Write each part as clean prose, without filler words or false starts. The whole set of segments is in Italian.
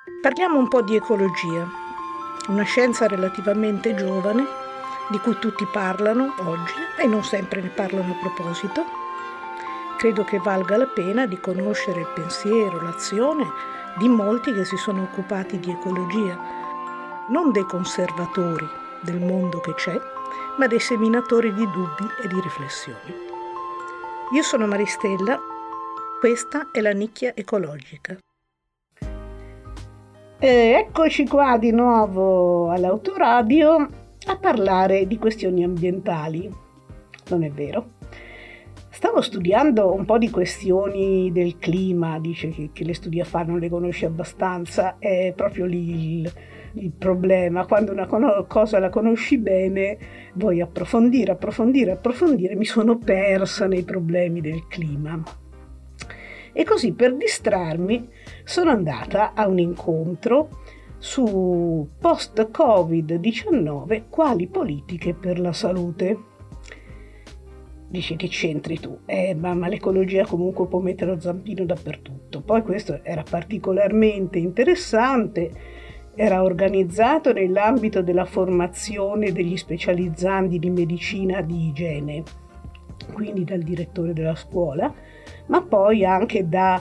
Parliamo un po' di ecologia, una scienza relativamente giovane, di cui tutti parlano oggi e non sempre ne parlano a proposito. Credo che valga la pena di conoscere il pensiero, l'azione di molti che si sono occupati di ecologia, non dei conservatori del mondo che c'è, ma dei seminatori di dubbi e di riflessioni. Io sono Maristella, questa è la Nicchia Ecologica. Eccoci qua di nuovo all'Autoradio a parlare di questioni ambientali. Non è vero? Stavo studiando un po' di questioni del clima, dice che le studi a fare non le conosce abbastanza, è proprio lì il problema. Quando una cosa la conosci bene, vuoi approfondire, mi sono persa nei problemi del clima. E così per distrarmi sono andata a un incontro su post-Covid-19, quali politiche per la salute. Dici che c'entri tu? Ma l'ecologia comunque può mettere lo zampino dappertutto. Poi questo era particolarmente interessante, era organizzato nell'ambito della formazione degli specializzandi di medicina di igiene, quindi dal direttore della scuola, ma poi anche da,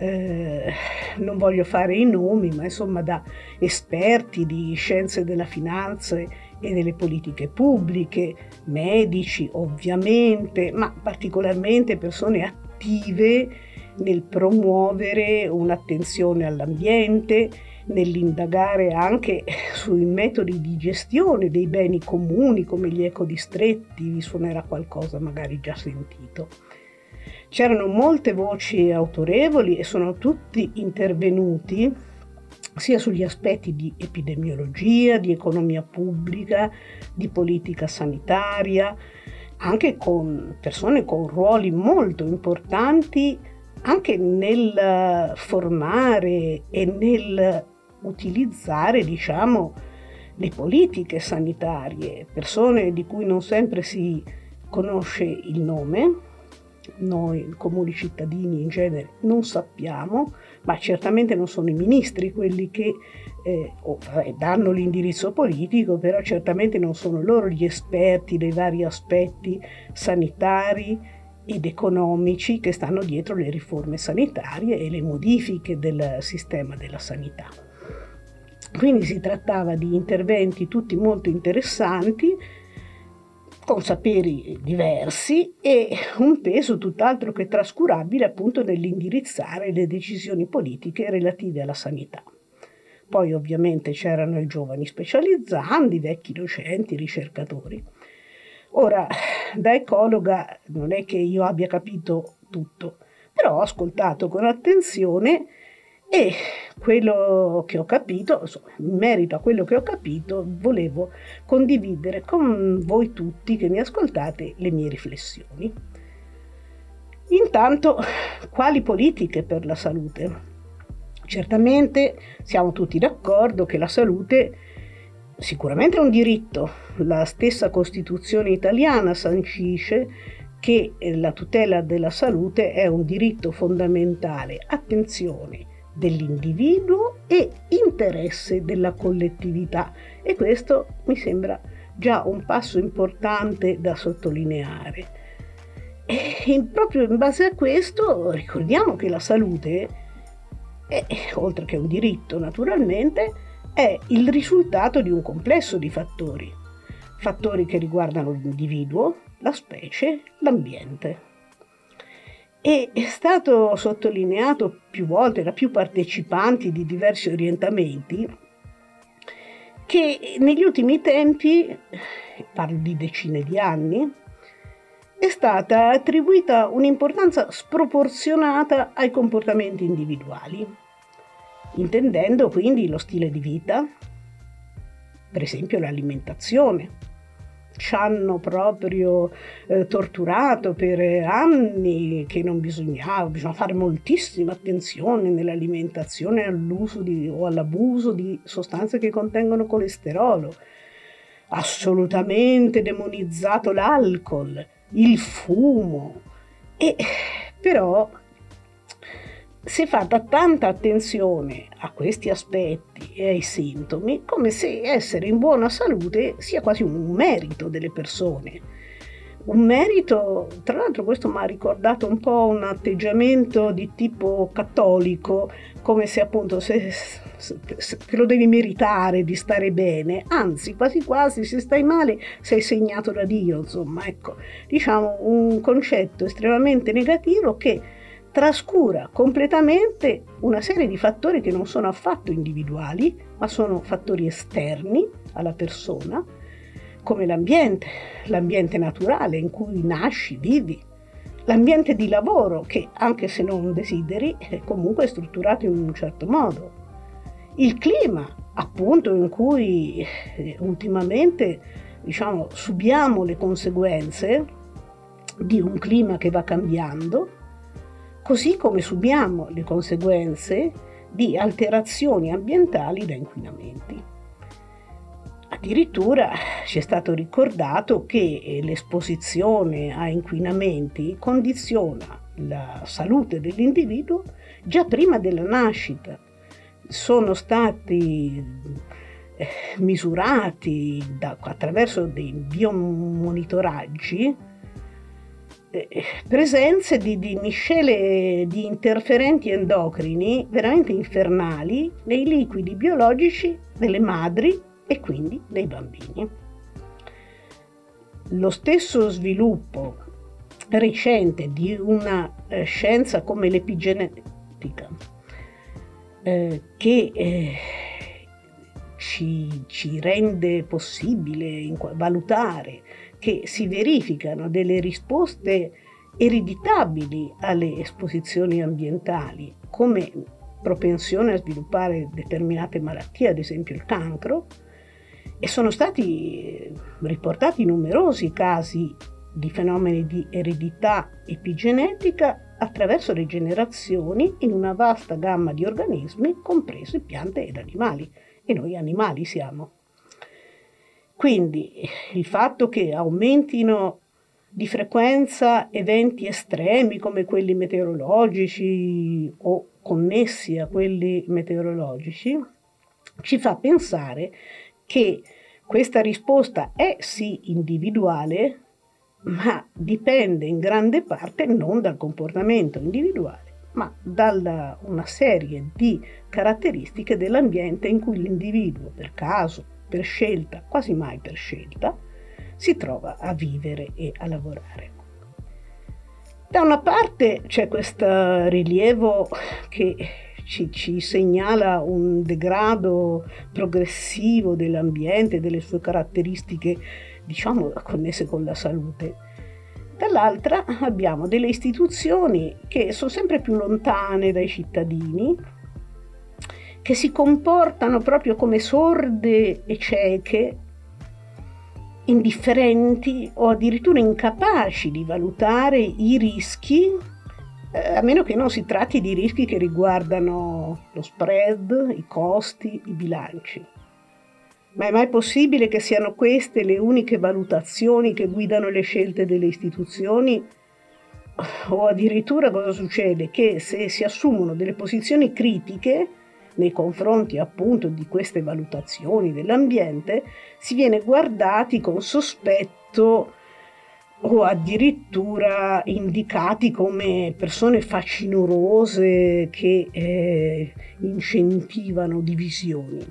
non voglio fare i nomi, ma insomma da esperti di scienze della finanza e delle politiche pubbliche, medici ovviamente, ma particolarmente persone attive nel promuovere un'attenzione all'ambiente, nell'indagare anche sui metodi di gestione dei beni comuni come gli ecodistretti, vi suonerà qualcosa magari già sentito. C'erano molte voci autorevoli e sono tutti intervenuti sia sugli aspetti di epidemiologia, di economia pubblica, di politica sanitaria, anche con persone con ruoli molto importanti anche nel formare e nel utilizzare, diciamo, le politiche sanitarie, persone di cui non sempre si conosce il nome. Noi comuni cittadini in genere non sappiamo, ma certamente non sono i ministri quelli che danno l'indirizzo politico, però certamente non sono loro gli esperti dei vari aspetti sanitari ed economici che stanno dietro le riforme sanitarie e le modifiche del sistema della sanità. Quindi si trattava di interventi tutti molto interessanti, con saperi diversi e un peso tutt'altro che trascurabile appunto nell'indirizzare le decisioni politiche relative alla sanità. Poi ovviamente c'erano i giovani specializzandi, i vecchi docenti, i ricercatori. Ora, da ecologa non è che io abbia capito tutto, però ho ascoltato con attenzione e quello che ho capito, insomma, in merito a quello che ho capito, volevo condividere con voi tutti che mi ascoltate le mie riflessioni. Intanto, quali politiche per la salute? Certamente siamo tutti d'accordo che la salute sicuramente è un diritto. La stessa Costituzione italiana sancisce che la tutela della salute è un diritto fondamentale. Attenzione! Dell'individuo e interesse della collettività, e questo mi sembra già un passo importante da sottolineare. E proprio in base a questo ricordiamo che la salute è, oltre che un diritto naturalmente, è il risultato di un complesso di fattori che riguardano l'individuo, la specie, l'ambiente. E è stato sottolineato più volte da più partecipanti di diversi orientamenti che negli ultimi tempi, parlo di decine di anni, è stata attribuita un'importanza sproporzionata ai comportamenti individuali, intendendo quindi lo stile di vita, per esempio l'alimentazione. Ci hanno proprio torturato per anni che non bisogna fare moltissima attenzione nell'alimentazione all'uso o all'abuso di sostanze che contengono colesterolo. Assolutamente demonizzato l'alcol, il fumo, e però si è fatta tanta attenzione a questi aspetti e ai sintomi, come se essere in buona salute sia quasi un merito delle persone. Un merito, tra l'altro questo mi ha ricordato un po' un atteggiamento di tipo cattolico, come se appunto se te lo devi meritare di stare bene, anzi quasi quasi se stai male sei segnato da Dio, insomma, ecco, diciamo un concetto estremamente negativo che trascura completamente una serie di fattori che non sono affatto individuali, ma sono fattori esterni alla persona, come l'ambiente naturale in cui nasci, vivi, l'ambiente di lavoro che, anche se non desideri, è comunque strutturato in un certo modo, il clima, appunto, in cui ultimamente, diciamo, subiamo le conseguenze di un clima che va cambiando, così come subiamo le conseguenze di alterazioni ambientali da inquinamenti. Addirittura ci è stato ricordato che l'esposizione a inquinamenti condiziona la salute dell'individuo già prima della nascita. Sono stati misurati attraverso dei biomonitoraggi presenze di miscele di interferenti endocrini veramente infernali nei liquidi biologici delle madri e quindi dei bambini. Lo stesso sviluppo recente di una scienza come l'epigenetica che ci rende possibile valutare che si verificano delle risposte ereditabili alle esposizioni ambientali, come propensione a sviluppare determinate malattie, ad esempio il cancro, e sono stati riportati numerosi casi di fenomeni di eredità epigenetica attraverso le generazioni in una vasta gamma di organismi, compresi piante ed animali, e noi animali siamo. Quindi il fatto che aumentino di frequenza eventi estremi come quelli meteorologici o connessi a quelli meteorologici ci fa pensare che questa risposta è sì individuale, ma dipende in grande parte non dal comportamento individuale, ma da una serie di caratteristiche dell'ambiente in cui l'individuo, per caso, per scelta, quasi mai per scelta, si trova a vivere e a lavorare. Da una parte c'è questo rilievo che ci segnala un degrado progressivo dell'ambiente, delle sue caratteristiche, diciamo, connesse con la salute. Dall'altra abbiamo delle istituzioni che sono sempre più lontane dai cittadini, che si comportano proprio come sorde e cieche, indifferenti o addirittura incapaci di valutare i rischi, a meno che non si tratti di rischi che riguardano lo spread, i costi, i bilanci. Ma è mai possibile che siano queste le uniche valutazioni che guidano le scelte delle istituzioni? O addirittura cosa succede? Che se si assumono delle posizioni critiche nei confronti appunto di queste valutazioni dell'ambiente, si viene guardati con sospetto o addirittura indicati come persone facinorose che incentivano divisioni.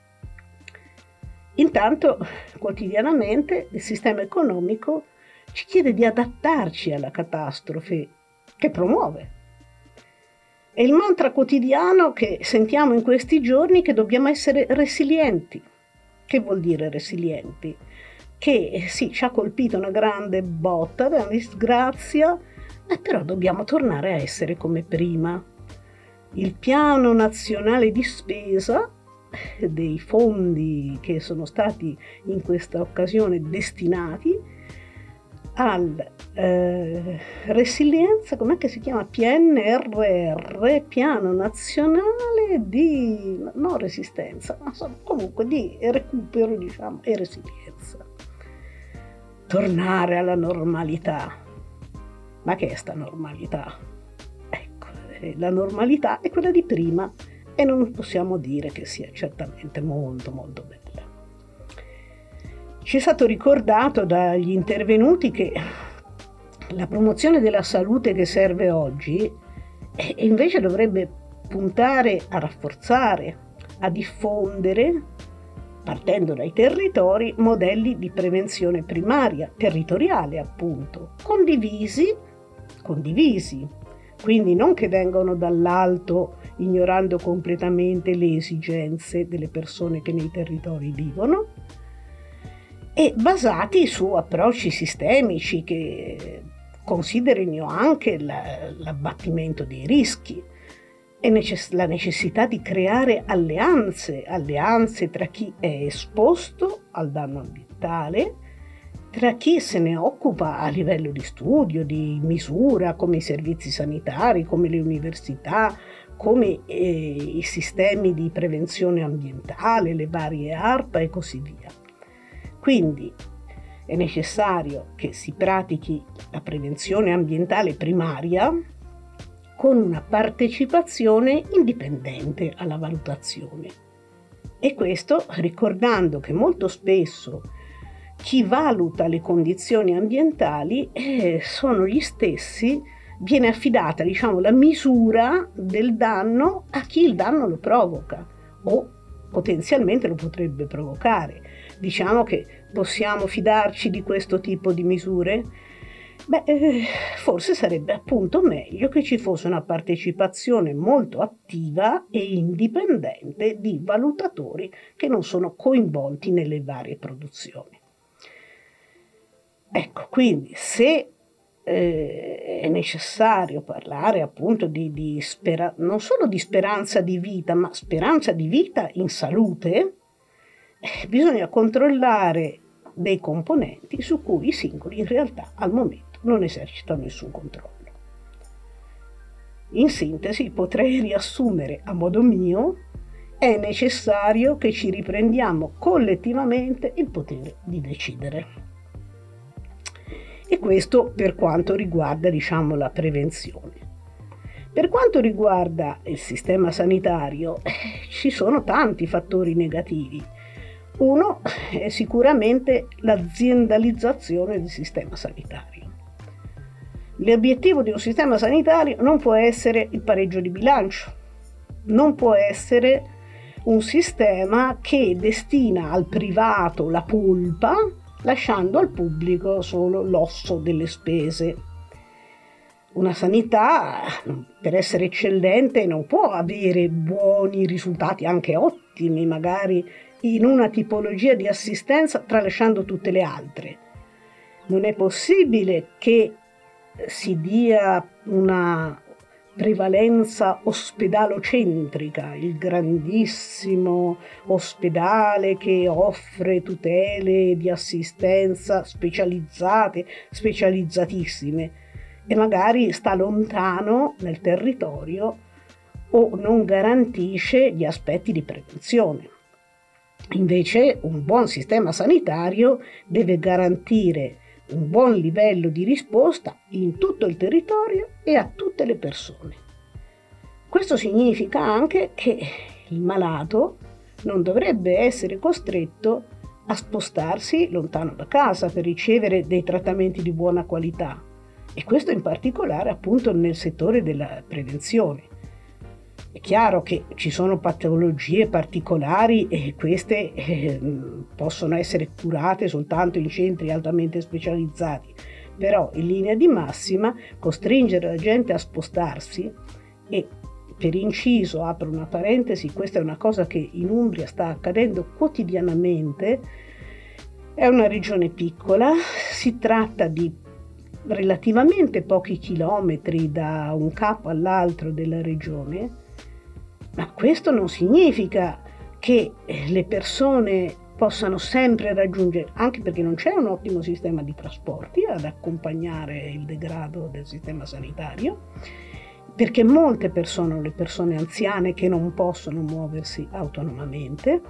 Intanto, quotidianamente, il sistema economico ci chiede di adattarci alla catastrofe che promuove. È il mantra quotidiano che sentiamo in questi giorni che dobbiamo essere resilienti. Che vuol dire resilienti? Che sì, ci ha colpito una grande botta, una disgrazia, però dobbiamo tornare a essere come prima. Il piano nazionale di spesa dei fondi che sono stati in questa occasione destinati alla resilienza, com'è che si chiama? PNRR, Piano Nazionale di, non resistenza, ma comunque di recupero, diciamo, e resilienza. Tornare alla normalità. Ma che è sta normalità? Ecco, la normalità è quella di prima e non possiamo dire che sia certamente molto molto bella. Ci è stato ricordato dagli intervenuti che la promozione della salute che serve oggi invece dovrebbe puntare a rafforzare, a diffondere, partendo dai territori, modelli di prevenzione primaria, territoriale appunto, condivisi, quindi non che vengano dall'alto ignorando completamente le esigenze delle persone che nei territori vivono, e basati su approcci sistemici che considerino anche l'abbattimento dei rischi e la necessità di creare alleanze tra chi è esposto al danno ambientale, tra chi se ne occupa a livello di studio, di misura, come i servizi sanitari, come le università, come i sistemi di prevenzione ambientale, le varie ARPA e così via. Quindi è necessario che si pratichi la prevenzione ambientale primaria con una partecipazione indipendente alla valutazione. E questo ricordando che molto spesso chi valuta le condizioni ambientali sono gli stessi, viene affidata, la misura del danno a chi il danno lo provoca o potenzialmente lo potrebbe provocare. Diciamo che possiamo fidarci di questo tipo di misure? Forse sarebbe appunto meglio che ci fosse una partecipazione molto attiva e indipendente di valutatori che non sono coinvolti nelle varie produzioni. Ecco, quindi se è necessario parlare appunto non solo di speranza di vita, ma speranza di vita in salute, bisogna controllare dei componenti su cui i singoli in realtà al momento non esercitano nessun controllo. In sintesi, potrei riassumere a modo mio: è necessario che ci riprendiamo collettivamente il potere di decidere. E questo per quanto riguarda, la prevenzione. Per quanto riguarda il sistema sanitario, ci sono tanti fattori negativi. Uno è sicuramente l'aziendalizzazione del sistema sanitario. L'obiettivo di un sistema sanitario non può essere il pareggio di bilancio, non può essere un sistema che destina al privato la polpa, lasciando al pubblico solo l'osso delle spese. Una sanità, per essere eccellente, non può avere buoni risultati, anche ottimi, magari in una tipologia di assistenza, tralasciando tutte le altre. Non è possibile che si dia una prevalenza ospedalocentrica, il grandissimo ospedale che offre tutele di assistenza specializzate, specializzatissime, e magari sta lontano nel territorio o non garantisce gli aspetti di prevenzione. Invece un buon sistema sanitario deve garantire un buon livello di risposta in tutto il territorio e a tutte le persone. Questo significa anche che il malato non dovrebbe essere costretto a spostarsi lontano da casa per ricevere dei trattamenti di buona qualità, e questo in particolare appunto nel settore della prevenzione. È chiaro che ci sono patologie particolari e queste possono essere curate soltanto in centri altamente specializzati, però in linea di massima costringere la gente a spostarsi, e per inciso apro una parentesi, questa è una cosa che in Umbria sta accadendo quotidianamente, è una regione piccola, si tratta di relativamente pochi chilometri da un capo all'altro della regione, ma questo non significa che le persone possano sempre raggiungere, anche perché non c'è un ottimo sistema di trasporti ad accompagnare il degrado del sistema sanitario, perché molte persone, le persone anziane che non possono muoversi autonomamente,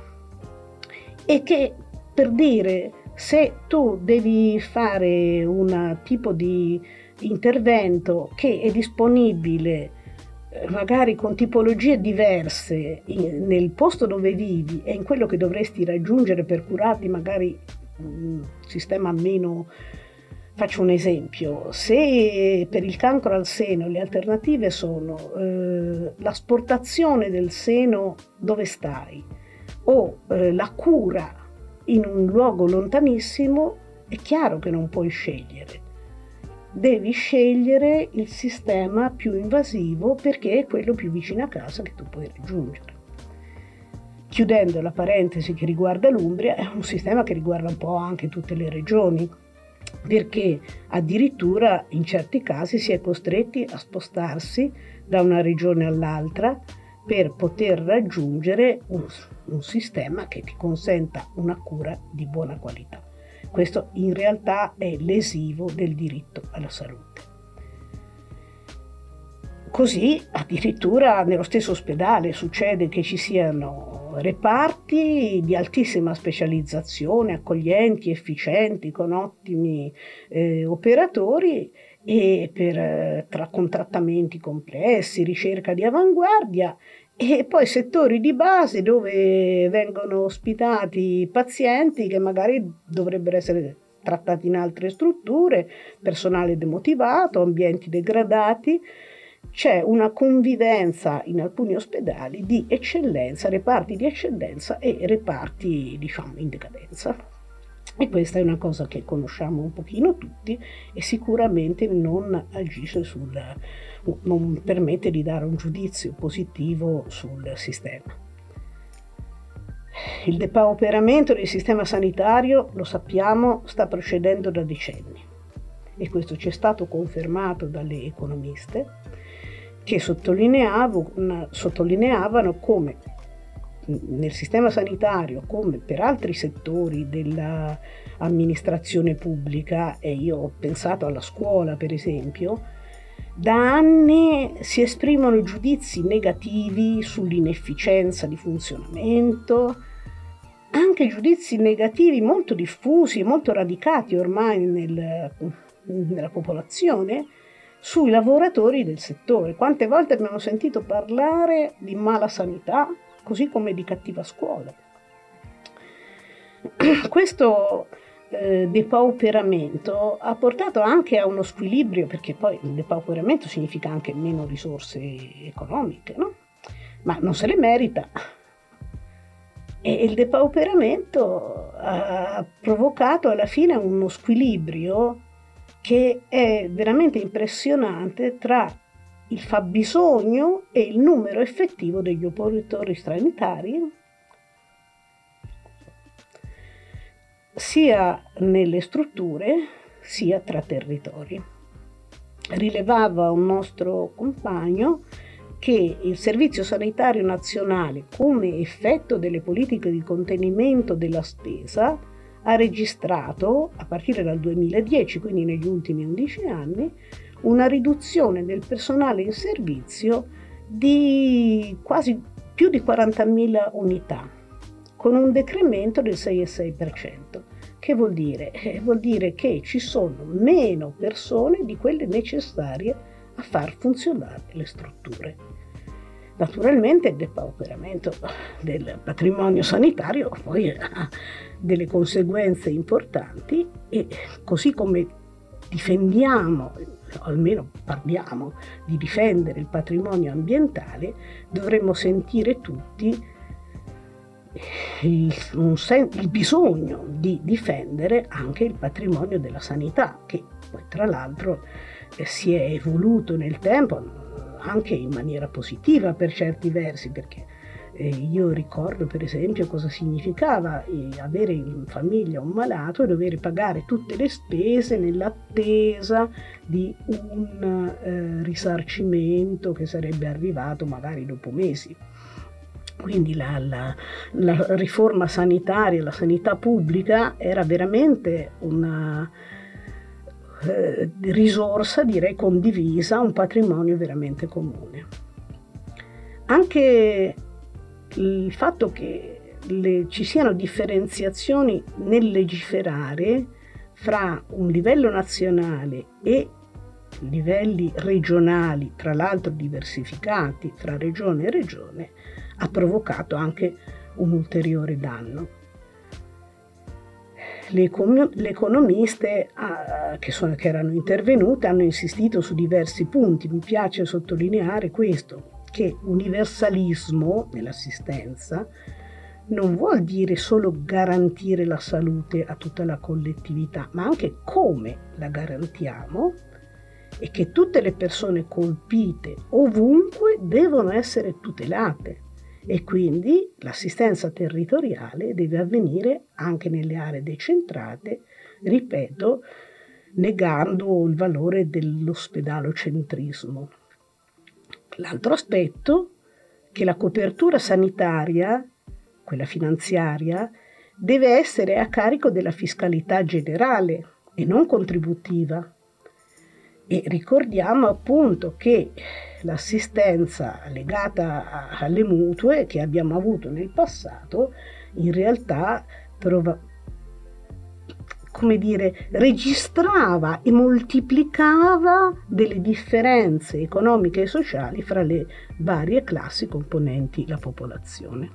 e che, per dire, se tu devi fare un tipo di intervento che è disponibile magari con tipologie diverse nel posto dove vivi e in quello che dovresti raggiungere per curarti magari un sistema meno. Faccio un esempio: se per il cancro al seno le alternative sono l'asportazione del seno dove stai o la cura in un luogo lontanissimo, è chiaro che non puoi scegliere. Devi scegliere il sistema più invasivo perché è quello più vicino a casa che tu puoi raggiungere. Chiudendo la parentesi che riguarda l'Umbria, è un sistema che riguarda un po' anche tutte le regioni, perché addirittura in certi casi si è costretti a spostarsi da una regione all'altra per poter raggiungere un sistema che ti consenta una cura di buona qualità. Questo in realtà è lesivo del diritto alla salute. Così addirittura nello stesso ospedale succede che ci siano reparti di altissima specializzazione, accoglienti, efficienti, con ottimi operatori e con trattamenti complessi, ricerca di avanguardia, e poi settori di base dove vengono ospitati pazienti che magari dovrebbero essere trattati in altre strutture, personale demotivato, ambienti degradati. C'è una convivenza in alcuni ospedali di eccellenza, reparti di eccellenza e reparti, diciamo, in decadenza. E questa è una cosa che conosciamo un pochino tutti e sicuramente non agisce non permette di dare un giudizio positivo sul sistema. Il depauperamento del sistema sanitario, lo sappiamo, sta procedendo da decenni e questo ci è stato confermato dalle economiste che sottolineavano come nel sistema sanitario, come per altri settori dell'amministrazione pubblica, e io ho pensato alla scuola per esempio, da anni si esprimono giudizi negativi sull'inefficienza di funzionamento, anche giudizi negativi molto diffusi e molto radicati ormai nella popolazione sui lavoratori del settore. Quante volte abbiamo sentito parlare di mala sanità, così come di cattiva scuola. Questo depauperamento ha portato anche a uno squilibrio, perché poi il depauperamento significa anche meno risorse economiche, no? Ma non se le merita. E il depauperamento ha provocato alla fine uno squilibrio che è veramente impressionante tra il fabbisogno e il numero effettivo degli operatori sanitari, sia nelle strutture sia tra territori. Rilevava un nostro compagno che il Servizio Sanitario Nazionale, come effetto delle politiche di contenimento della spesa, ha registrato, a partire dal 2010, quindi negli ultimi 11 anni, una riduzione del personale in servizio di quasi più di 40.000 unità, con un decremento del 6,6%. Che vuol dire? Vuol dire che ci sono meno persone di quelle necessarie a far funzionare le strutture. Naturalmente il depauperamento del patrimonio sanitario poi ha delle conseguenze importanti e così come difendiamo, almeno parliamo di difendere il patrimonio ambientale, dovremmo sentire tutti il bisogno di difendere anche il patrimonio della sanità, che poi tra l'altro si è evoluto nel tempo anche in maniera positiva per certi versi, perché io ricordo per esempio cosa significava avere in famiglia un malato e dover pagare tutte le spese nell'attesa di un risarcimento che sarebbe arrivato magari dopo mesi. Quindi la riforma sanitaria, la sanità pubblica era veramente una risorsa, direi condivisa, un patrimonio veramente comune. Anche il fatto che ci siano differenziazioni nel legiferare fra un livello nazionale e livelli regionali, tra l'altro diversificati fra regione e regione, ha provocato anche un ulteriore danno. Le economiste che erano intervenute hanno insistito su diversi punti. Mi piace sottolineare questo, che universalismo nell'assistenza non vuol dire solo garantire la salute a tutta la collettività, ma anche come la garantiamo, e che tutte le persone colpite ovunque devono essere tutelate. E quindi l'assistenza territoriale deve avvenire anche nelle aree decentrate, ripeto, negando il valore dell'ospedalocentrismo. L'altro aspetto è che la copertura sanitaria, quella finanziaria, deve essere a carico della fiscalità generale e non contributiva. E ricordiamo appunto che l'assistenza legata alle mutue che abbiamo avuto nel passato in realtà registrava e moltiplicava delle differenze economiche e sociali fra le varie classi componenti la popolazione.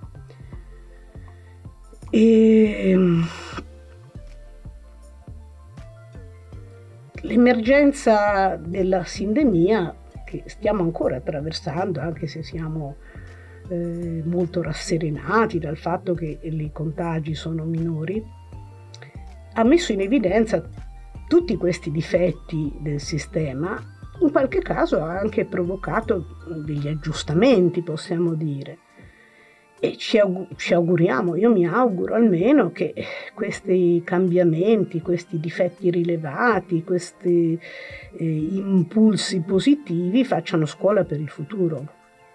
L'emergenza della sindemia, che stiamo ancora attraversando, anche se siamo molto rasserenati dal fatto che i contagi sono minori, ha messo in evidenza tutti questi difetti del sistema. In qualche caso ha anche provocato degli aggiustamenti, possiamo dire. E ci auguriamo, io mi auguro almeno, che questi cambiamenti, questi difetti rilevati, questi impulsi positivi facciano scuola per il futuro.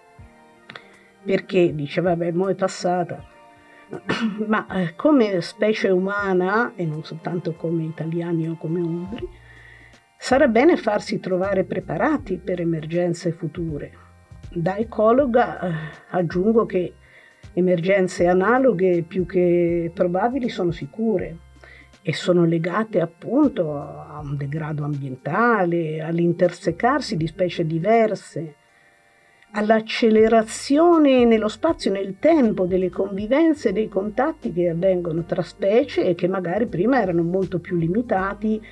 Perché dice, vabbè, mo' è passata, ma come specie umana, e non soltanto come italiani o come umbri, sarà bene farsi trovare preparati per emergenze future. Da ecologa aggiungo che emergenze analoghe più che probabili sono sicure e sono legate appunto a un degrado ambientale, all'intersecarsi di specie diverse, all'accelerazione nello spazio e nel tempo delle convivenze e dei contatti che avvengono tra specie e che magari prima erano molto più limitati,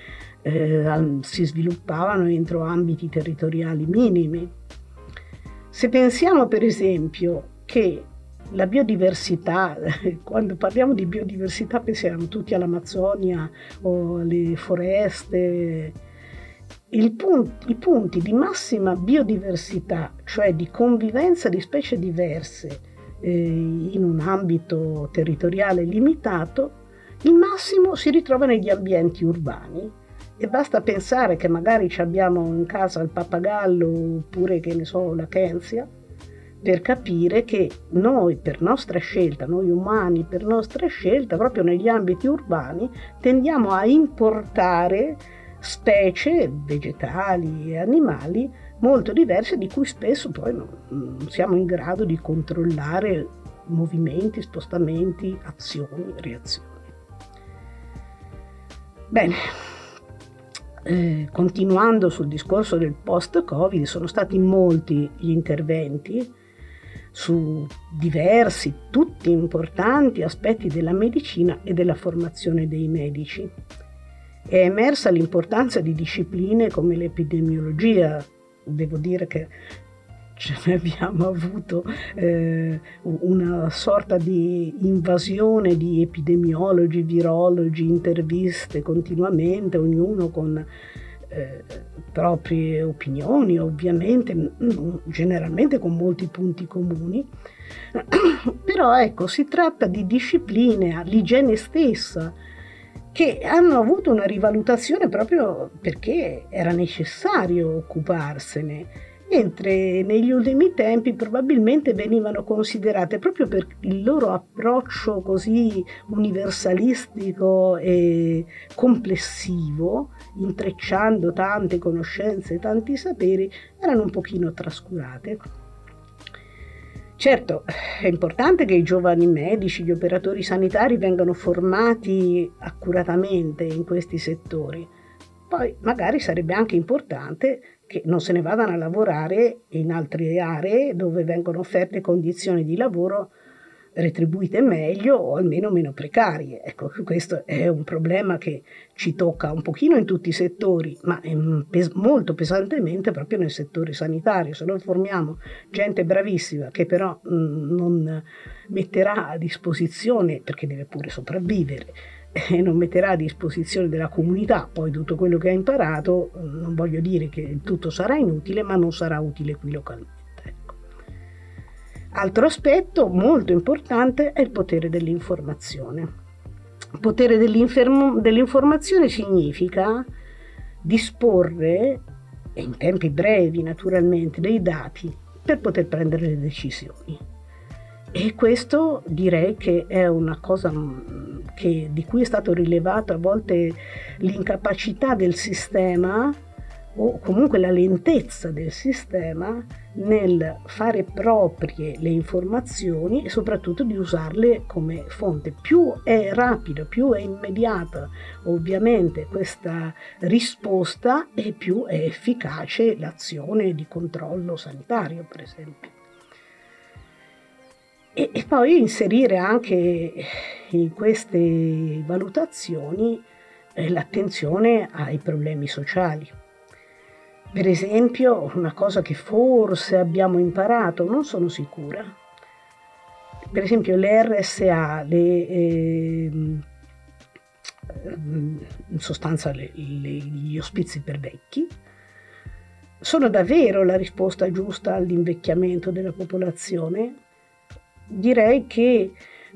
si sviluppavano entro ambiti territoriali minimi. Se pensiamo per esempio che la biodiversità, quando parliamo di biodiversità pensiamo tutti all'Amazzonia o alle foreste, i punti di massima biodiversità, cioè di convivenza di specie diverse in un ambito territoriale limitato, il massimo si ritrova negli ambienti urbani. E basta pensare che magari abbiamo in casa il pappagallo oppure, che ne so, la Kensia, per capire che noi per nostra scelta, noi umani per nostra scelta, proprio negli ambiti urbani tendiamo a importare specie vegetali e animali molto diverse, di cui spesso poi non siamo in grado di controllare movimenti, spostamenti, azioni, reazioni. Bene. Continuando sul discorso del post-Covid, sono stati molti gli interventi su diversi, tutti importanti aspetti della medicina e della formazione dei medici. È emersa l'importanza di discipline come l'epidemiologia. Devo dire che abbiamo avuto una sorta di invasione di epidemiologi, virologi, interviste continuamente, ognuno con proprie opinioni, ovviamente, generalmente con molti punti comuni. Però ecco, si tratta di discipline, l'igiene stessa, che hanno avuto una rivalutazione proprio perché era necessario occuparsene, mentre negli ultimi tempi probabilmente venivano considerate, proprio per il loro approccio così universalistico e complessivo, intrecciando tante conoscenze e tanti saperi, erano un pochino trascurate. Certo, è importante che i giovani medici, gli operatori sanitari vengano formati accuratamente in questi settori, Poi magari sarebbe anche importante che non se ne vadano a lavorare in altre aree dove vengono offerte condizioni di lavoro retribuite meglio o almeno meno precarie. Ecco, questo è un problema che ci tocca un pochino in tutti i settori, ma molto pesantemente proprio nel settore sanitario. Se noi formiamo gente bravissima che però non metterà a disposizione, perché deve pure sopravvivere, e non metterà a disposizione della comunità poi tutto quello che ha imparato, non voglio dire che tutto sarà inutile, ma non sarà utile qui localmente. Ecco. Altro aspetto molto importante è il potere dell'informazione. Il potere dell'informazione significa disporre, e in tempi brevi naturalmente, dei dati per poter prendere le decisioni. E questo direi che è una cosa di cui è stato rilevato a volte l'incapacità del sistema o comunque la lentezza del sistema nel fare proprie le informazioni e soprattutto di usarle come fonte. Più è rapida, più è immediata ovviamente questa risposta e più è efficace l'azione di controllo sanitario, per esempio. E poi inserire anche in queste valutazioni l'attenzione ai problemi sociali. Per esempio, una cosa che forse abbiamo imparato, non sono sicura, per esempio le RSA, in sostanza gli ospizi per vecchi, sono davvero la risposta giusta all'invecchiamento della popolazione? Direi che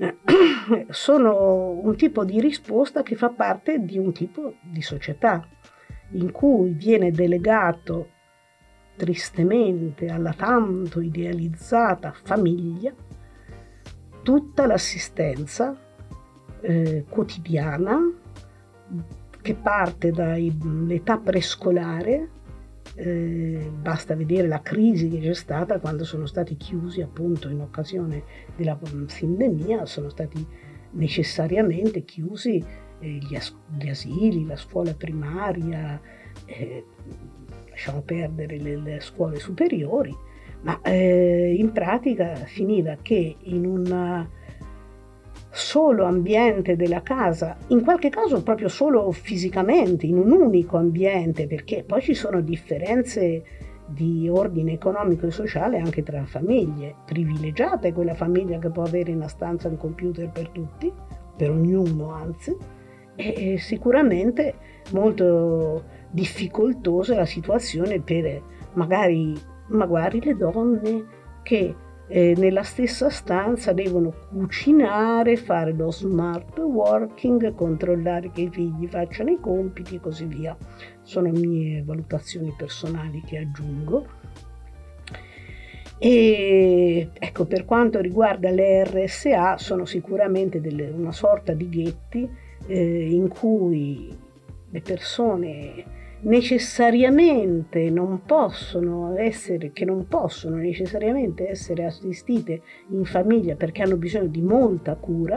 sono un tipo di risposta che fa parte di un tipo di società in cui viene delegato tristemente alla tanto idealizzata famiglia tutta l'assistenza quotidiana che parte dall'età prescolare. Basta vedere la crisi che c'è stata quando sono stati chiusi appunto in occasione della pandemia, sono stati necessariamente chiusi gli asili, la scuola primaria, lasciamo perdere le scuole superiori, ma in pratica finiva che in un solo ambiente della casa, in qualche caso proprio solo fisicamente, in un unico ambiente, perché poi ci sono differenze di ordine economico e sociale anche tra famiglie. Privilegiata è quella famiglia che può avere in una stanza un computer per tutti, per ognuno anzi, e sicuramente molto difficoltosa la situazione per magari le donne che nella stessa stanza devono cucinare, fare lo smart working, controllare che i figli facciano i compiti e così via. Sono mie valutazioni personali che aggiungo. E ecco, per quanto riguarda le RSA, sono sicuramente una sorta di ghetti in cui le persone necessariamente non possono necessariamente essere assistite in famiglia perché hanno bisogno di molta cura,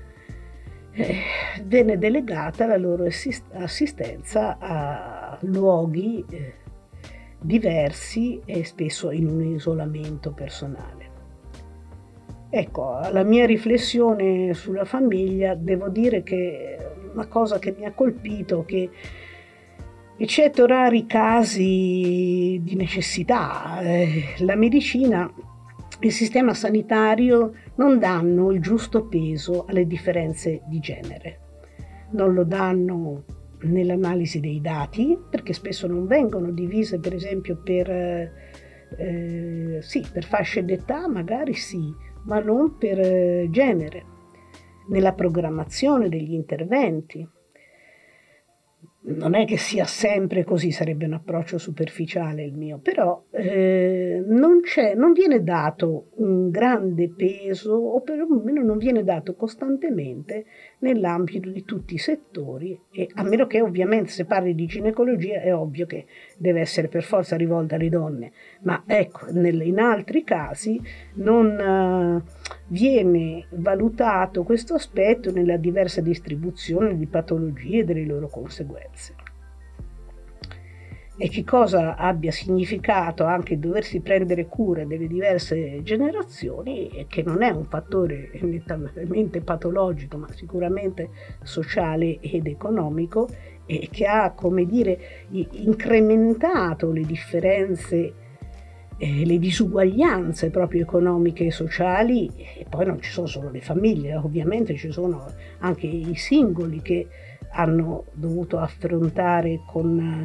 viene delegata la loro assistenza a luoghi diversi e spesso in un isolamento personale. Ecco, la mia riflessione sulla famiglia, devo dire che una cosa che mi ha colpito, che eccetto rari casi di necessità, la medicina e il sistema sanitario non danno il giusto peso alle differenze di genere. Non lo danno nell'analisi dei dati, perché spesso non vengono divise, per esempio, per fasce d'età, magari sì, ma non per genere. Nella programmazione degli interventi. Non è che sia sempre così, sarebbe un approccio superficiale il mio, però non viene dato un grande peso, o perlomeno non viene dato costantemente nell'ambito di tutti i settori, e a meno che ovviamente se parli di ginecologia è ovvio che deve essere per forza rivolta alle donne, ma ecco, in altri casi non viene valutato questo aspetto nella diversa distribuzione di patologie e delle loro conseguenze. e che cosa abbia significato anche doversi prendere cura delle diverse generazioni, e che non è un fattore nettamente patologico, ma sicuramente sociale ed economico, e che ha, come dire, incrementato le differenze, le disuguaglianze proprio economiche e sociali. E poi non ci sono solo le famiglie, ovviamente ci sono anche i singoli che hanno dovuto affrontare con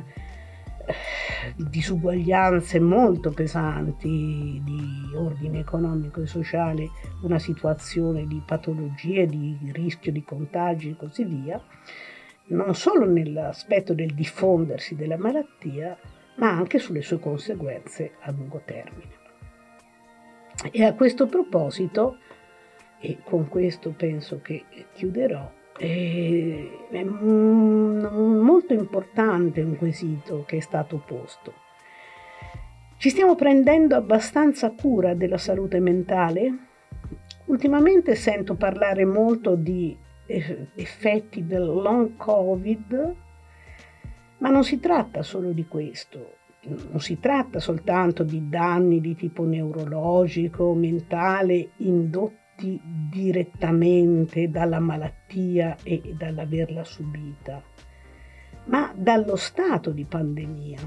disuguaglianze molto pesanti di ordine economico e sociale una situazione di patologie, di rischio di contagi e così via, non solo nell'aspetto del diffondersi della malattia, ma anche sulle sue conseguenze a lungo termine. E a questo proposito, e con questo penso che chiuderò, è molto importante un quesito che è stato posto. Ci stiamo prendendo abbastanza cura della salute mentale? Ultimamente sento parlare molto di effetti del long Covid, ma non si tratta solo di questo. Non si tratta soltanto di danni di tipo neurologico, mentale, indotti direttamente dalla malattia e dall'averla subita, ma dallo stato di pandemia.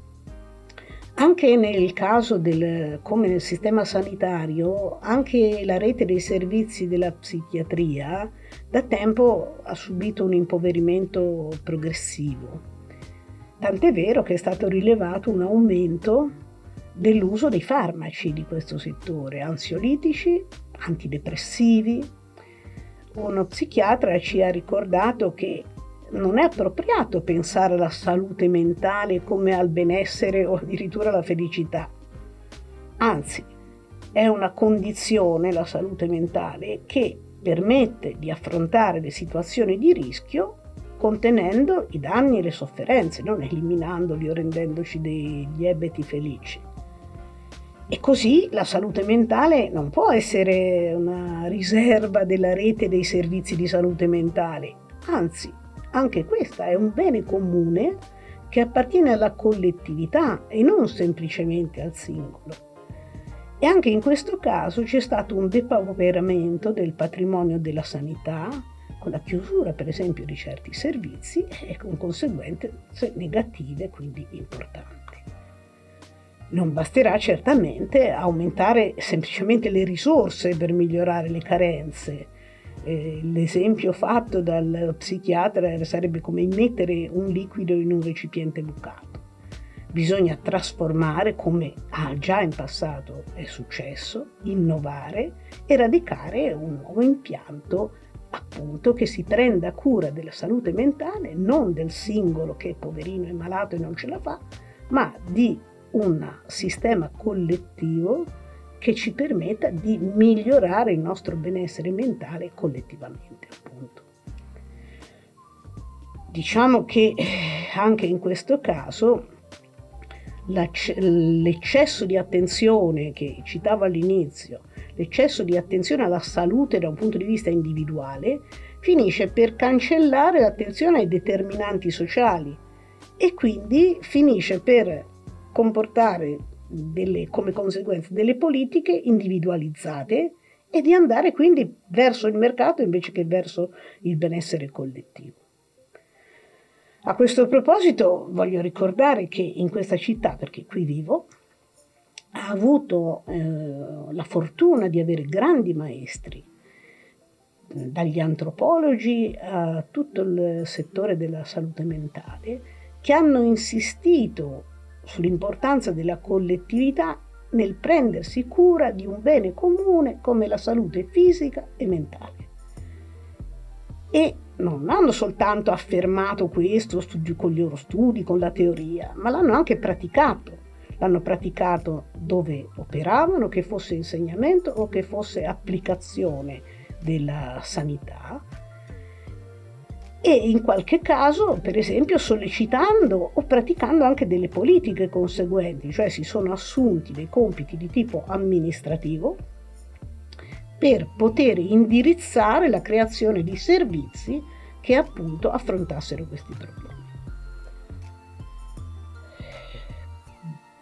Anche nel caso come nel sistema sanitario, anche la rete dei servizi della psichiatria da tempo ha subito un impoverimento progressivo. Tant'è vero che è stato rilevato un aumento dell'uso dei farmaci di questo settore, ansiolitici, antidepressivi. Uno psichiatra ci ha ricordato che non è appropriato pensare alla salute mentale come al benessere o addirittura alla felicità. Anzi, è una condizione, la salute mentale, che permette di affrontare le situazioni di rischio contenendo i danni e le sofferenze, non eliminandoli o rendendoci degli ebeti felici. E così la salute mentale non può essere una riserva della rete dei servizi di salute mentale, anzi, anche questa è un bene comune che appartiene alla collettività e non semplicemente al singolo. E anche in questo caso c'è stato un depauperamento del patrimonio della sanità, con la chiusura per esempio di certi servizi e con conseguenze negative quindi importanti. Non basterà certamente aumentare semplicemente le risorse per migliorare le carenze. L'esempio fatto dal psichiatra sarebbe come immettere un liquido in un recipiente bucato. Bisogna trasformare, come già in passato è successo, innovare e radicare un nuovo impianto, appunto, che si prenda cura della salute mentale, non del singolo che poverino è malato e non ce la fa, ma di un sistema collettivo che ci permetta di migliorare il nostro benessere mentale collettivamente, appunto. Diciamo che anche in questo caso l'eccesso di attenzione che citavo all'inizio, l'eccesso di attenzione alla salute da un punto di vista individuale, finisce per cancellare l'attenzione ai determinanti sociali e quindi finisce per comportare come conseguenza delle politiche individualizzate e di andare quindi verso il mercato invece che verso il benessere collettivo. A questo proposito voglio ricordare che in questa città, perché qui vivo, ha avuto la fortuna di avere grandi maestri, dagli antropologi a tutto il settore della salute mentale, che hanno insistito sull'importanza della collettività nel prendersi cura di un bene comune come la salute fisica e mentale. E non hanno soltanto affermato questo con i loro studi, con la teoria, ma l'hanno anche praticato. L'hanno praticato dove operavano, che fosse insegnamento o che fosse applicazione della sanità, e in qualche caso, per esempio, sollecitando o praticando anche delle politiche conseguenti, cioè si sono assunti dei compiti di tipo amministrativo per poter indirizzare la creazione di servizi che appunto affrontassero questi problemi.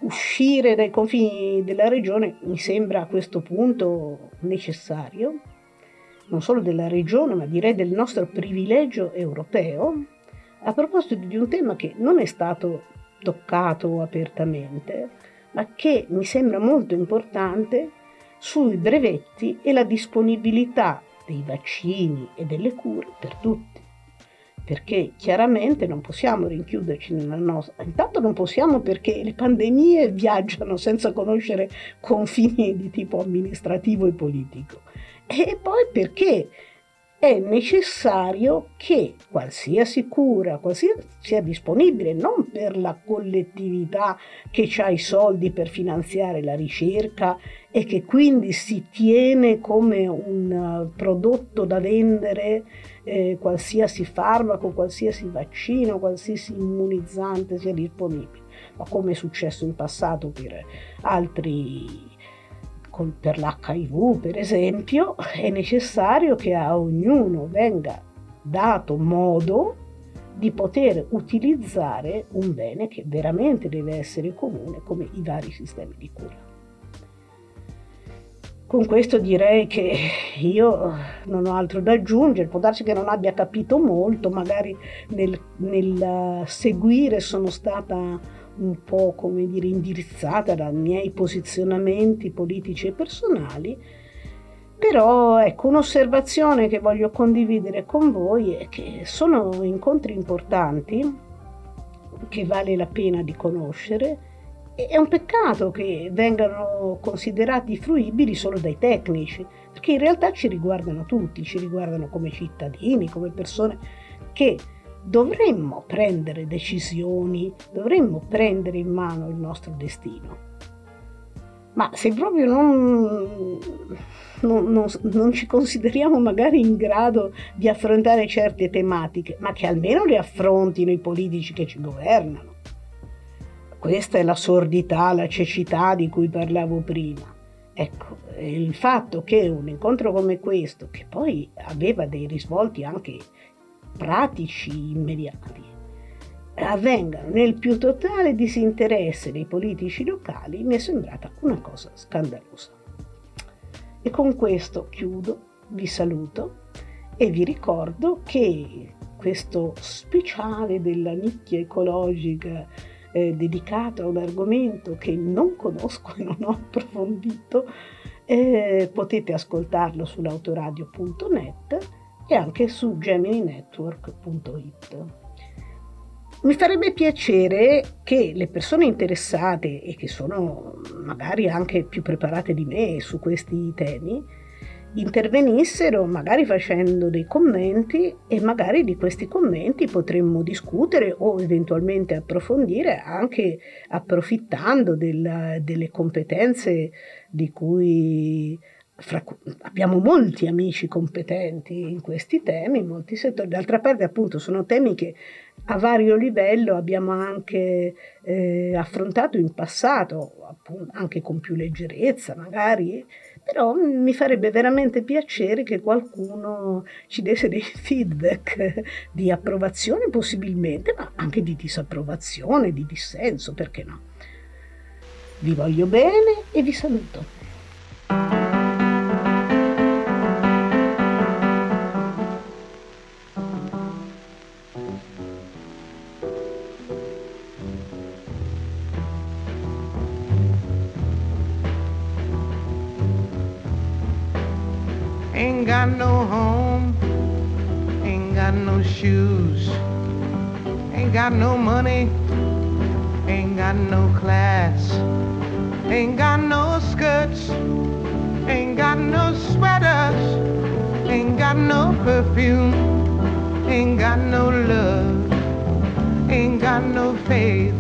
uscire dai confini della regione mi sembra a questo punto necessario, non solo della regione, ma direi del nostro privilegio europeo, a proposito di un tema che non è stato toccato apertamente, ma che mi sembra molto importante, sui brevetti e la disponibilità dei vaccini e delle cure per tutti. Perché chiaramente non possiamo rinchiuderci nella nostra... Intanto non possiamo perché le pandemie viaggiano senza conoscere confini di tipo amministrativo e politico. E poi perché è necessario che qualsiasi cura, sia disponibile non per la collettività che ha i soldi per finanziare la ricerca e che quindi si tiene come un prodotto da vendere qualsiasi farmaco, qualsiasi vaccino, qualsiasi immunizzante sia disponibile, ma come è successo in passato per altri, per l'HIV per esempio, è necessario che a ognuno venga dato modo di poter utilizzare un bene che veramente deve essere comune come i vari sistemi di cura. Con questo direi che io non ho altro da aggiungere, può darsi che non abbia capito molto, magari nel seguire sono stata un po', come dire, indirizzata dai miei posizionamenti politici e personali, però ecco, un'osservazione che voglio condividere con voi è che sono incontri importanti che vale la pena di conoscere. È un peccato che vengano considerati fruibili solo dai tecnici, perché in realtà ci riguardano tutti, ci riguardano come cittadini, come persone che dovremmo prendere decisioni, dovremmo prendere in mano il nostro destino. Ma se proprio non ci consideriamo magari in grado di affrontare certe tematiche, ma che almeno le affrontino i politici che ci governano. Questa è la sordità, la cecità di cui parlavo prima. Ecco, il fatto che un incontro come questo, che poi aveva dei risvolti anche pratici immediati, avvengano nel più totale disinteresse dei politici locali, mi è sembrata una cosa scandalosa. E con questo chiudo, vi saluto e vi ricordo che questo speciale della nicchia ecologica dedicato a un argomento che non conosco e non ho approfondito, potete ascoltarlo sull'autoradio.net e anche su gemininetwork.it. Mi farebbe piacere che le persone interessate e che sono magari anche più preparate di me su questi temi intervenissero magari facendo dei commenti e magari di questi commenti potremmo discutere o eventualmente approfondire anche approfittando delle competenze di cui abbiamo molti amici competenti in questi temi, in molti settori. D'altra parte appunto sono temi che a vario livello abbiamo anche affrontato in passato, appunto, anche con più leggerezza magari, però mi farebbe veramente piacere che qualcuno ci desse dei feedback di approvazione possibilmente, ma anche di disapprovazione, di dissenso, perché no? Vi voglio bene e vi saluto. Ain't got no home, ain't got no shoes, ain't got no money, ain't got no class, ain't got no skirts, ain't got no sweaters, ain't got no perfume, ain't got no love, ain't got no faith.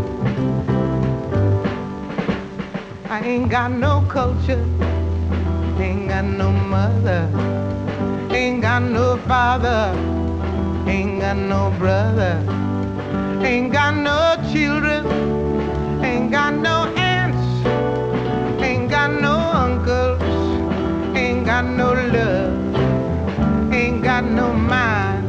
I ain't got no culture, ain't got no mother, ain't got no father, ain't got no brother, ain't got no children, ain't got no aunts, ain't got no uncles, ain't got no love, ain't got no mind.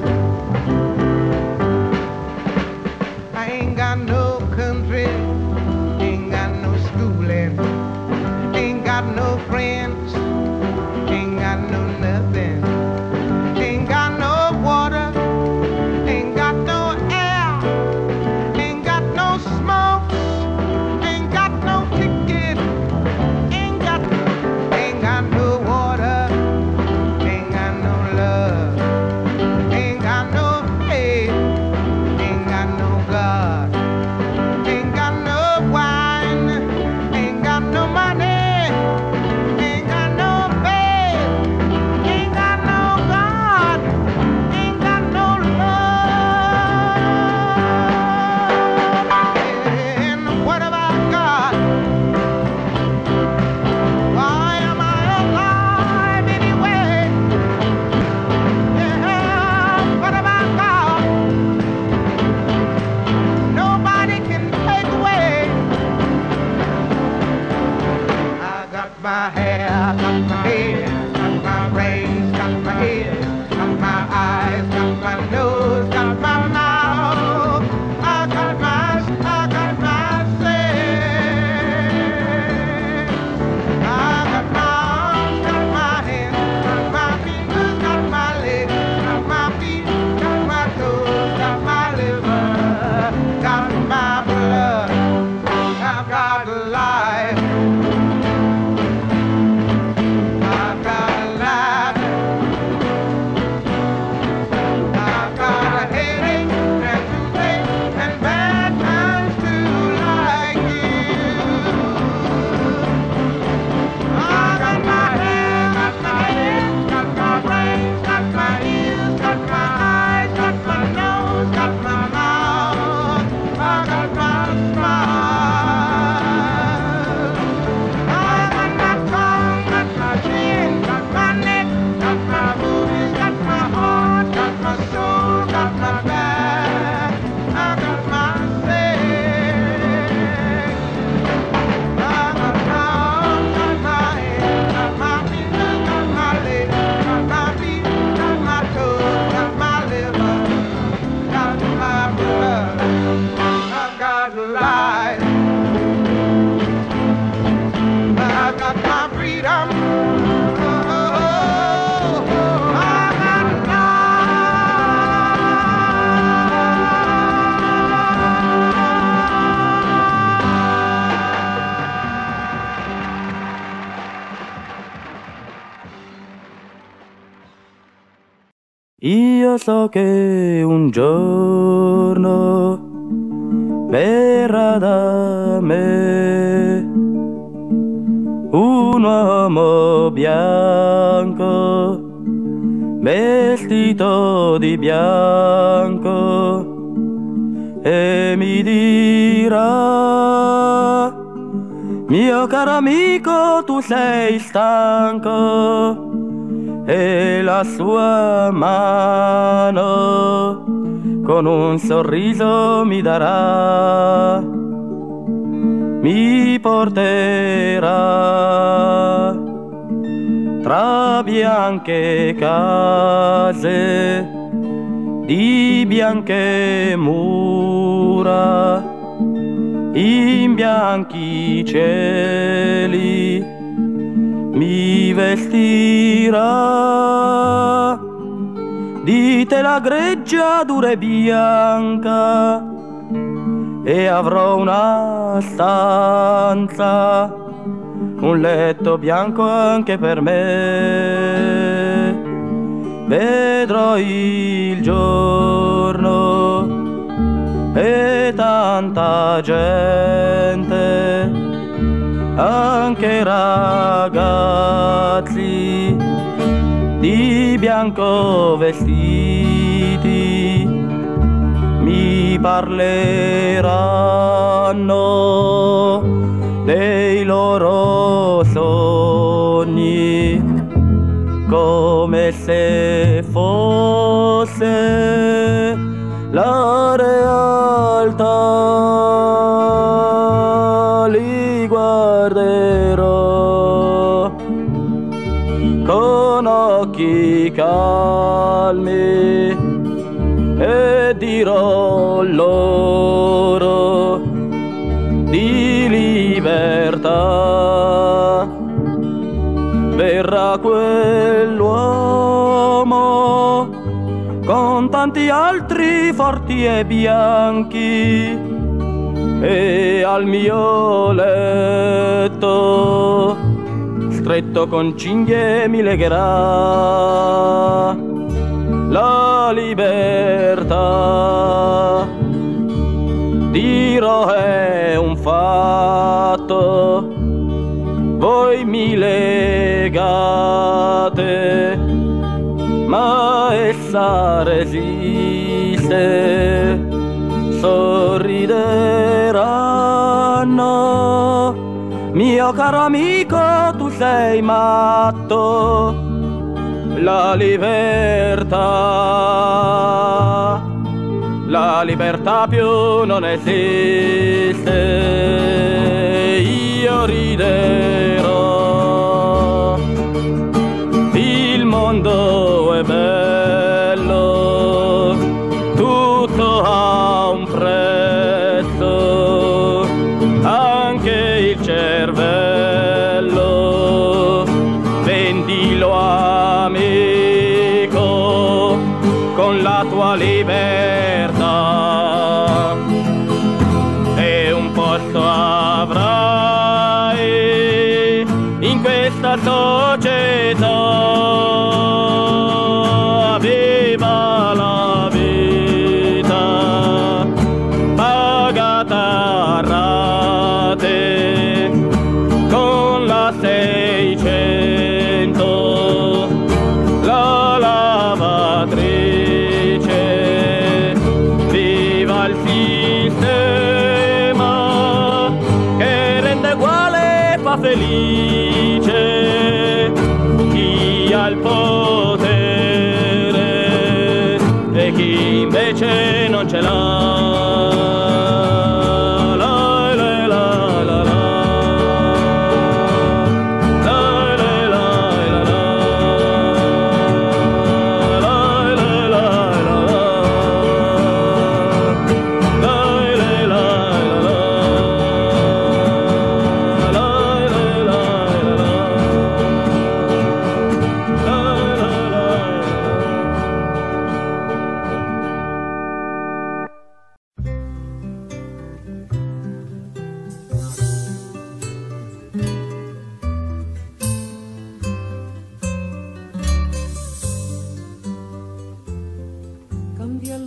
I ain't got no country, ain't got io so che un giorno verrà da me un uomo bianco vestito di bianco e mi dirà: mio caro amico, tu sei stanco, e la sua mano con un sorriso mi darà, mi porterà tra bianche case di bianche mura, in bianchi cieli mi vestirà di tela greggia dura e bianca, e avrò una stanza, un letto bianco anche per me. Vedrò il giorno e tanta gente, anche ragazzi di bianco vestiti, mi parleranno dei loro sogni, come se fosse la realtà. Li guarderò con occhi calmi e dirò loro di libertà. Verrà quell'uomo con tanti altri forti e bianchi, e al mio letto stretto con cinghie mi legherà la libertà. Dirò è un fatto, voi mi legate, ma essa resiste. Sorrideranno: mio caro amico, tu sei matto. La libertà più non esiste. Io riderò, il mondo è bello, tutto ha un prezzo, anche il cervello. Vendilo amico con la tua libertà, e un posto avrai in questa società. Viva la vita pagata a rate con la 600, la lavatrice. Viva il sistema che rende uguale e fa felice chi ha il potere e chi invece non ce l'ha.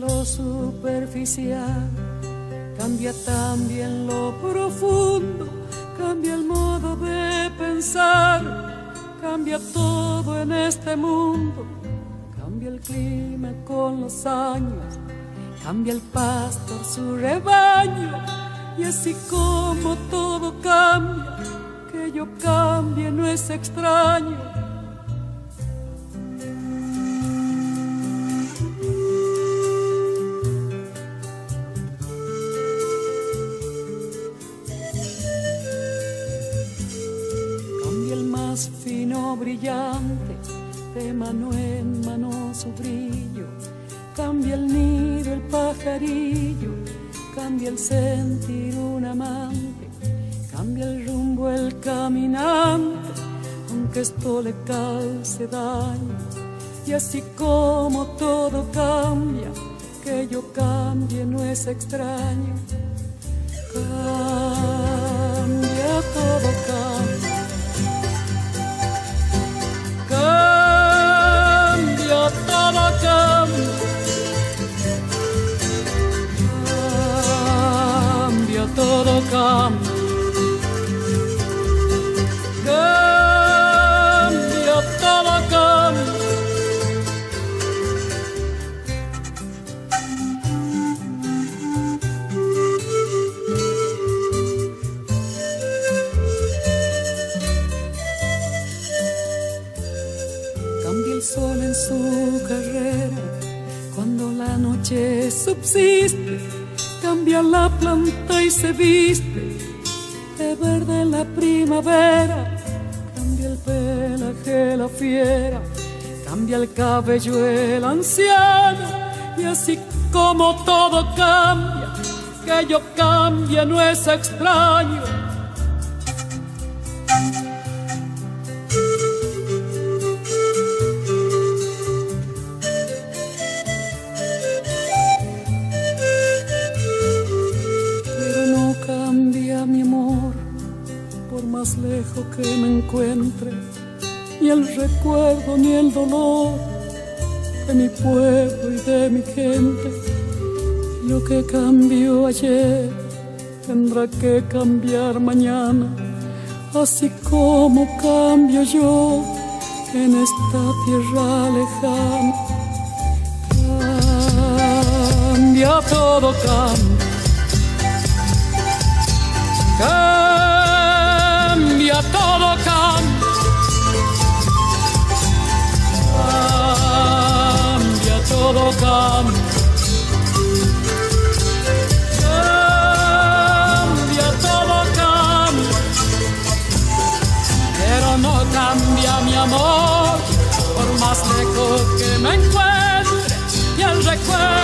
lo superficial, cambia también lo profundo, cambia el modo de pensar, cambia todo en este mundo, cambia el clima con los años, cambia el pastor su rebaño, y así como todo cambia, que yo cambie no es extraño. Fino brillante, de mano en mano su brillo, cambia el nido el pajarillo, cambia el sentir un amante, cambia el rumbo el caminante, aunque esto le cause daño. Y así como todo cambia, que yo cambie no es extraño. Cambia, todo cambia. Cambia, todo cambia. Cambia, todo cambia. Cambia, todo cambia. Sol en su carrera, cuando la noche subsiste, cambia la planta y se viste de verde la primavera, cambia el pelaje la fiera, cambia el cabello el anciano, y así como todo cambia, que yo cambie no es extraño. Más lejos que me encuentre, ni el recuerdo ni el dolor de mi pueblo y de mi gente. Lo que cambió ayer tendrá que cambiar mañana, así como cambio yo en esta tierra lejana. Cambia, todo cambia. Cambia, todo cambia. Cambia, todo cambia. Cambia, todo cambia. Pero no cambia mi amor, por más lejos que me encuentre, y el recuerdo